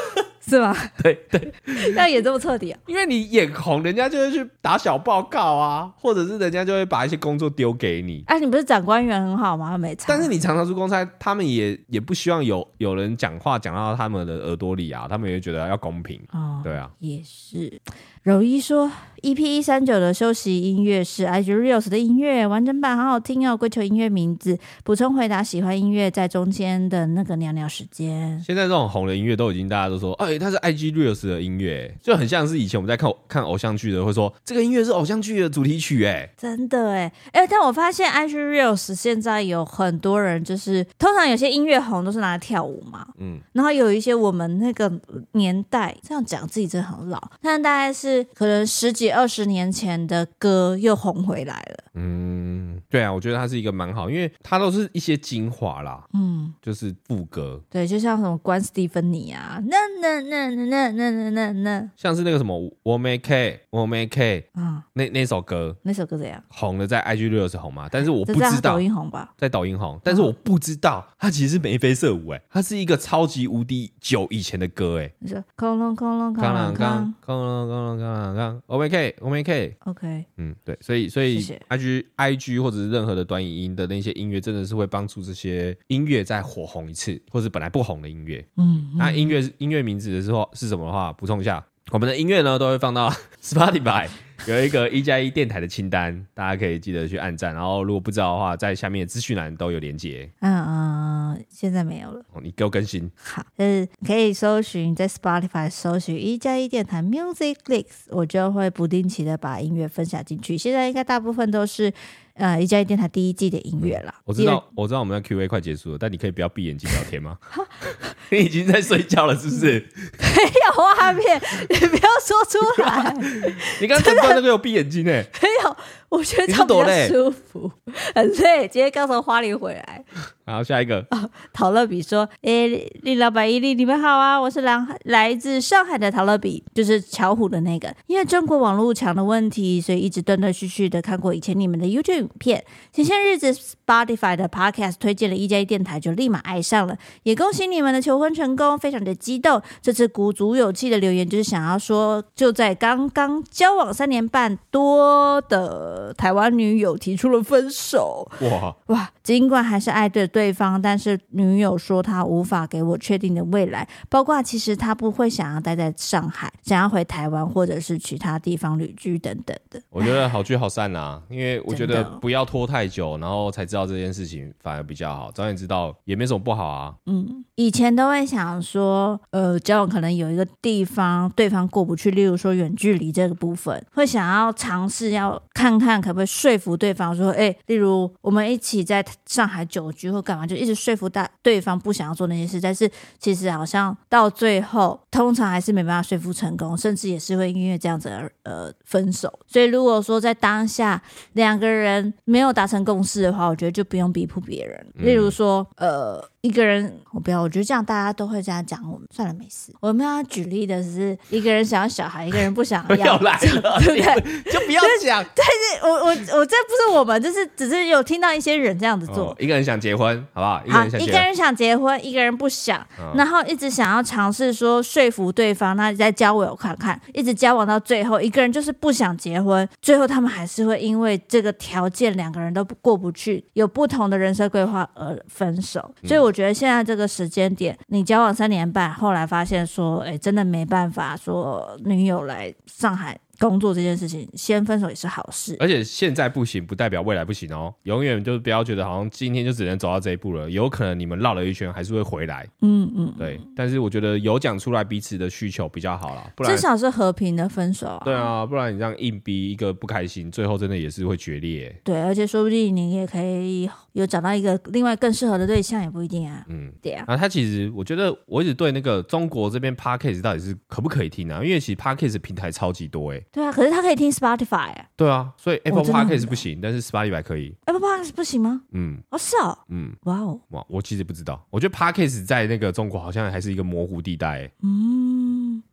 是吗？ 对对， 那也这么彻底啊？ 因为你眼红，人家就会去打小报告啊，或者是人家就会把一些工作丢给你。 哎、啊，你不是长官员很好吗？没差。 但是你常常出公差，他们也也不希望有有人讲话讲到他们的耳朵里啊，他们也觉得要公平。哦，对啊， 也是。柔一说 E P 一三九的休息音乐是 I G Reels 的音乐，完整版好好听哦。归求音乐名字，补充回答喜欢音乐在中间的那个鸟鸟时间。 现在这种红的音乐都已经大家都说，哎，它是 I G Reels 的音乐，就很像是以前我们在看看偶像剧的，会说这个音乐是偶像剧的主题曲，哎， 真的哎哎，但我发现 I G Reels 现在有很多人，就是通常有些音乐红都是拿来跳舞嘛，嗯，然后有一些我们那个年代，这样讲自己真的很老，但大概是可能十几二十年前的歌又红回来了。 嗯，对啊，我觉得它是一个蛮好，因为它都是一些精华啦，嗯，就是副歌， 对，就像什么关斯蒂芬妮啊，那那那那那那那那那， 像是那个什么我没 K 我没 K 啊，那那首歌， 那首歌怎样？ 红的在 I G Reels 红嘛，但是我不知道， 在抖音红吧， 在抖音红，但是我不知道它其实是眉飞色舞，哎，它是一个超级无敌久以前的歌，哎， 你说空隆空隆空隆空隆空隆空隆空隆空隆，我没 K 我没 K，OK， 嗯，对，所以所以 I G I G 或者是任何的短影音的那些音乐，真的是会帮助这些音乐再火红一次，或是本来不红的音乐。嗯，那音乐音乐名字的时候是什么的话，补充一下，我们的音乐呢都会放到 Spotify 有一个一加一电台的清单，大家可以记得去按赞。然后如果不知道的话，在下面的资讯栏都有连结。 嗯嗯，现在没有了。 哦，你给我更新。 好，就是可以搜寻在 Spotify 搜寻一加一电台 Music Clicks， 我就会不定期的把音乐分享进去。现在应该大部分都是呃一加一电台第一季的音乐啦。 我知道，我知道我们的 Q A 快结束了，但你可以不要闭眼睛聊天吗？你已经在睡觉了，是不是？ 没有画面，你不要说出来。 你刚刚整段都给我闭眼睛哎！ 没有，我觉得这样比较舒服，很累。今天刚从花莲回来。 好，下一个。 哦、陶乐比说：“诶，林老板、伊利，你们好啊！我是来来自上海的陶乐比，就是巧虎的那个。因为中国网络墙的问题，所以一直断断续续的看过以前你们的 YouTube 影片。前些日子 Spotify 的 Podcast 推荐了一加一电台，就立马爱上了。也恭喜你们的求婚成功，非常的激动。这次鼓足勇气的留言，就是想要说，就在刚刚交往三年半多的台湾女友提出了分手。哇哇！尽管还是爱对对方，但是女友说她无法给我确定的未来，包括其实她不会想要待在上海，想要回台湾或者是其他地方旅居等等的。 我觉得好聚好散啊，因为我觉得不要拖太久，然后才知道这件事情反而比较好，早点知道也没什么不好啊。 嗯，以前都会想说，呃，交往可能有一个地方对方过不去，例如说远距离这个部分，会想要尝试要看看可不可以说服对方说，哎，例如我们一起在上海久居或干嘛，就一直说服大对方不想要做那些事，但是其实好像到最后通常还是没办法说服成功，甚至也是会因为这样子而呃分手。所以如果说在当下两个人没有达成共识的话，我觉得就不用逼迫别人。例如说呃一个人，我不要，我觉得这样大家都会这样讲我们，算了，没事。我们要举例的是一个人想要小孩，一个人不想要， 要来了，对不对？就不要讲。 对对，我我我这不是我们，就是只是有听到一些人这样子做。 哦、一个人想结婚，好不好？一个人想结婚， 一个人想结婚，一个人不想，哦、然后一直想要尝试说说服对方，那再交往看看，一直交往到最后，一个人就是不想结婚，最后他们还是会因为这个条件两个人都过不去，有不同的人生规划而分手。所以我觉得现在这个时间点，你交往三年半，后来发现说，哎，真的没办法说女友来上海工作这件事情，先分手也是好事。 而且现在不行不代表未来不行哦，永远就不要觉得好像今天就只能走到这一步了，有可能你们绕了一圈还是会回来。嗯嗯，对。但是我觉得有讲出来彼此的需求比较好啦，不然至少是和平的分手啊。 对啊，不然你这样硬逼一个不开心，最后真的也是会决裂。 对，而且说不定你也可以有找到一个另外更适合的对象，也不一定啊。嗯，对啊。 啊，他其实我觉得我一直对那个中国这边 Podcast 到底是可不可以听啊？因为其实 Podcast 平台超级多哎、欸。 对啊，可是他可以听 Spotify 哎。 对啊，所以 Apple Podcast 不行，但是 Spotify 可以。 Apple Podcast 不行吗？嗯，哦是哦，嗯，哇哦， 哇，我其实不知道，我觉得 Podcast 在那个中国好像还是一个模糊地带、欸。嗯，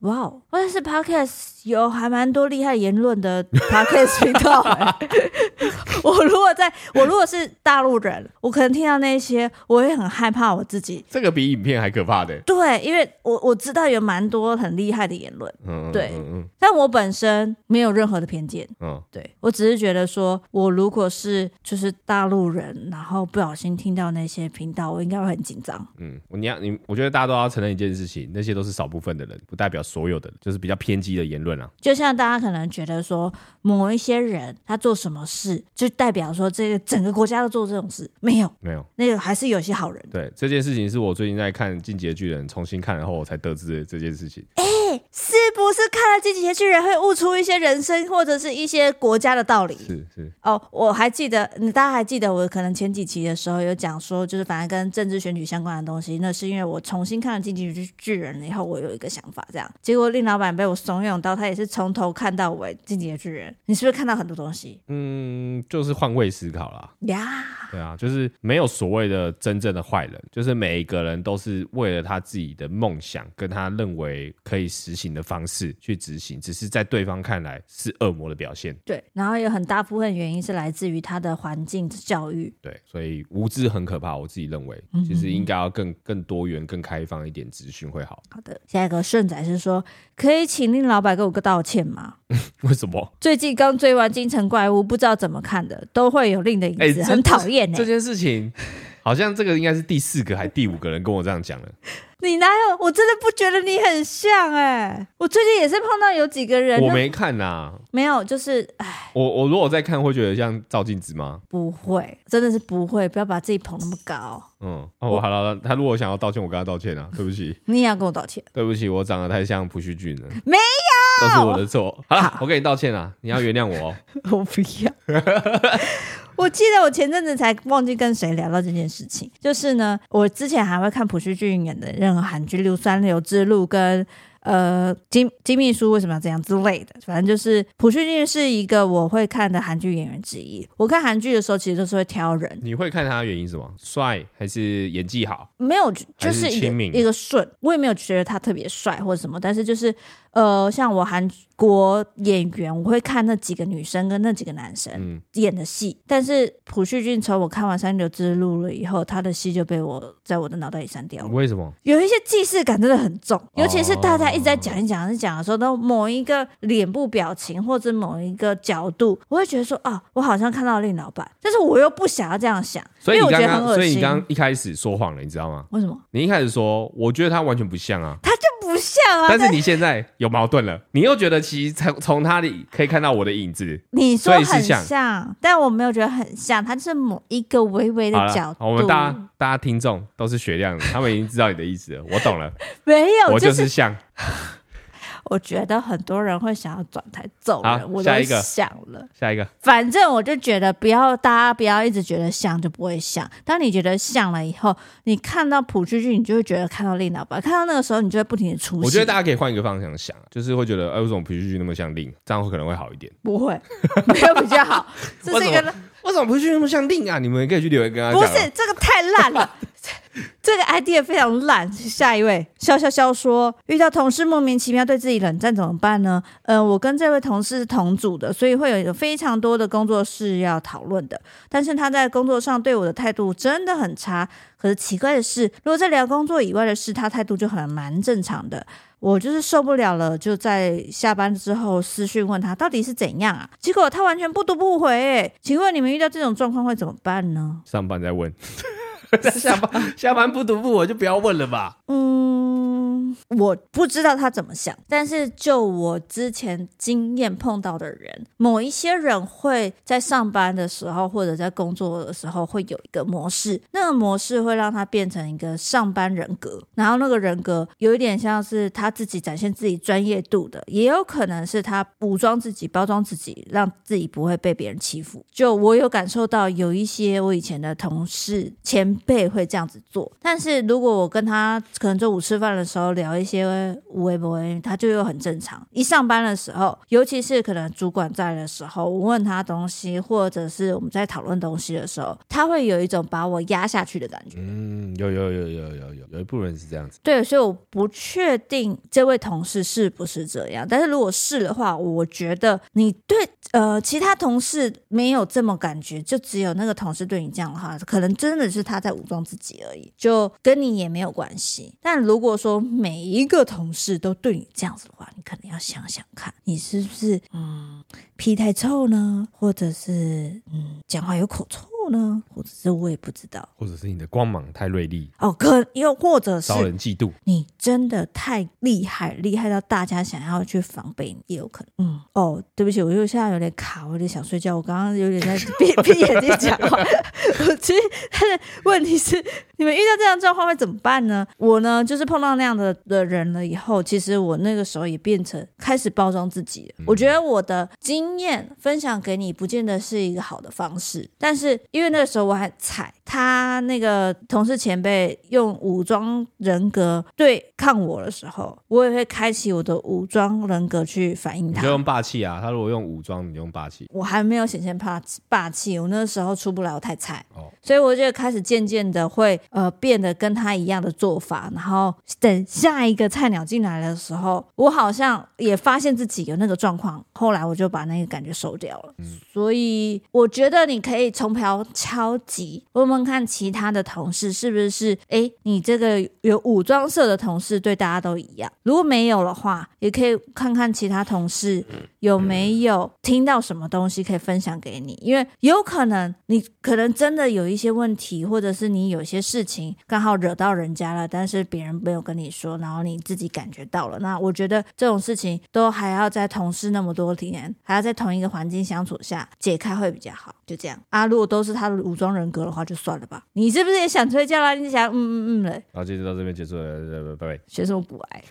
哇哦，但是 podcast 有还蛮多厉害言论的 podcast 频道、欸、我如果在我如果是大陆人，我可能听到那些我会很害怕我自己。 这个比影片还可怕的。 对，因为我我知道有蛮多很厉害的言论， 嗯， 对、 嗯嗯， 但我本身没有任何的偏见。 嗯， 对，我只是觉得说，我如果是就是大陆人，然后不小心听到那些频道，我应该会很紧张。 嗯，你要你，我觉得大家都要承认一件事情，那些都是少部分的人，不代表所有的人，就是比较偏激的言论啊。 就像大家可能觉得说，某一些人他做什么事，就代表说这个整个国家都做这种事，没有， 没有， 那个还是有些好人。 对，这件事情是我最近在看《进击的巨人》重新看了后，我才得知的这件事情。 哎、是不是看了《进击的巨人》会悟出一些人生或者是一些国家的道理？ 是是哦，我还记得，你大家还记得我可能前几期的时候有讲说，就是反正跟政治选举相关的东西，那是因为我重新看了《进击的巨人》了以后，我有一个想法，这样。结果令老板被我怂恿到，他也是从头看到尾《进击的巨人》，你是不是看到很多东西？ 嗯，就是换位思考啦。 呀， 对啊，就是没有所谓的真正的坏人，就是每一个人都是为了他自己的梦想跟他认为可以实行的方式去执行，只是在对方看来是恶魔的表现。 对，然后有很大部分原因是来自于他的环境教育。 对，所以无知很可怕，我自己认为其实应该要更更多元、更开放一点资讯会好。 好的，下一个顺仔是说，可以请令老板给我个道歉吗？ 为什么？ 最近刚追完《京城怪物》，不知道怎么看的，都会有令的影子， 欸、 很讨厌哎。 这件事情好像这个应该是第四个还第五个人跟我这样讲了。 你哪有？我真的不觉得你很像哎、欸！我最近也是碰到有几个人， 我没看呐、啊， 没有，就是哎， 我我如果再看，会觉得像照镜子吗？ 不会，真的是不会，不要把自己捧那么高。 嗯，哦，好了，他如果想要道歉，我跟他道歉啊，对不起， 你也要跟我道歉， 对不起，我长得太像朴叙俊了， 没有， 都是我的错。好了，我跟你道歉啊，你要原谅我哦。 我不要。我记得我前阵子才忘记跟谁聊到这件事情，就是呢，我之前还会看朴叙俊演的任何韩剧，例如《三流之路》跟呃金金秘书为什么要这样之类的，反正就是朴叙俊是一个我会看的韩剧演员之一。我看韩剧的时候，其实都是会挑人。 你会看他的原因是什么？帅还是演技好？ 没有，就是一个一个顺。我也没有觉得他特别帅或者什么，但是就是呃，像我韩国演员，我会看那几个女生跟那几个男生演的戏。嗯、但是朴叙俊从我看完《三流之路》了以后，他的戏就被我在我的脑袋里删掉了。 为什么？ 有一些既视感真的很重，尤其是大家一直在讲一讲一讲的时候，都某一个脸部表情或者某一个角度，我会觉得说啊，我好像看到令老板，但是我又不想要这样想， 所以你刚刚， 因为我觉得很恶心。 所以你刚刚一开始说谎了，你知道吗？ 为什么？ 你一开始说，我觉得他完全不像啊， 他就不像啊。 但是你现在有矛盾了，你又觉得其实从从他里可以看到我的影子。 你说很像， 像，但我没有觉得很像，他就是某一个微微的角度。 我们大家大家听众都是雪亮的，他们已经知道你的意思了，我懂了。 没有， 我就是像。 我觉得很多人会想要转台揍人，我都想了。 下一个， 反正我就觉得不要，大家不要一直觉得像就不会像。当你觉得像了以后，你看到朴叙俊，你就会觉得看到令老板，看到那个时候，你就会不停的出戏。 我觉得大家可以换一个方向想，就是会觉得，哎、呃，为什么朴叙俊那么像令？这样可能会好一点。 不会，没有比较好。这是一个为什么朴叙俊那么像令啊？你们可以去留言跟他讲。 不是，这个太烂了。这个 idea 非常烂。下一位笑笑笑说，遇到同事莫名其妙对自己冷战怎么办呢？呃，我跟这位同事是同组的，所以会有非常多的工作事要讨论的。但是他在工作上对我的态度真的很差。可是奇怪的是，如果在聊工作以外的事，他态度就很蛮正常的。我就是受不了了，就在下班之后私讯问他到底是怎样啊？结果他完全不读不回。哎，请问你们遇到这种状况会怎么办呢？ 上班再问。下班下班不读不回就不要问了吧。 嗯，我不知道他怎么想，但是就我之前经验碰到的人，某一些人会在上班的时候或者在工作的时候会有一个模式，那个模式会让他变成一个上班人格，然后那个人格有一点像是他自己展现自己专业度的，也有可能是他武装自己包装自己，让自己不会被别人欺负。就我有感受到有一些我以前的同事前辈会这样子做，但是如果我跟他可能中午吃饭的时候聊聊一些无微不微，他就又很正常。一上班的时候，尤其是可能主管在的时候，我问他东西，或者是我们在讨论东西的时候，他会有一种把我压下去的感觉。 嗯，有有有有有有有一部分是这样子。 对，所以我不确定这位同事是不是这样，但是如果是的话，我觉得你对呃其他同事没有这么感觉，就只有那个同事对你这样的话，可能真的是他在武装自己而已，就跟你也没有关系。但如果说每一个同事都对你这样子的话，你可能要想想看，你是不是嗯屁太臭呢，或者是嗯讲话有口臭呢，或者是我也不知道， 或者是你的光芒太锐利哦，可又或者是招人嫉妒， 你真的太厉害，厉害到大家想要去防备你，也有可能。嗯，哦，对不起，我又现在有点卡，我有点想睡觉，我刚刚有点在闭闭眼睛讲话。我其实他的问题是，你们遇到这样状况会怎么办呢？我呢，就是碰到那样的的人了以后，其实我那个时候也变成开始包装自己了。嗯、我觉得我的经验分享给你，不见得是一个好的方式，但是因为那个时候我还菜，他那个同事前辈用武装人格对抗我的时候，我也会开启我的武装人格去反应他。 你就用霸气啊，他如果用武装，你就用霸气。 我还没有显现霸霸气，我那时候出不来，我太菜、哦、所以我就开始渐渐的会呃变得跟他一样的做法，然后等下一个菜鸟进来的时候，我好像也发现自己有那个状况，后来我就把那个感觉收掉了、嗯、所以我觉得你可以从瓢敲击，问问看其他的同事是不是诶你这个有武装色的同事对大家都一样，如果没有的话，也可以看看其他同事有没有听到什么东西可以分享给你，因为有可能你可能真的有一些问题，或者是你有些事情刚好惹到人家了，但是别人没有跟你说，然后你自己感觉到了，那我觉得这种事情都还要在同事那么多年，还要在同一个环境相处下解开会比较好，就这样啊。如果都是他的武装人格的话就算了吧。你是不是也想睡觉啦？你想嗯嗯嗯了。 好，今天就到这边结束了，拜拜。 学什么古癌？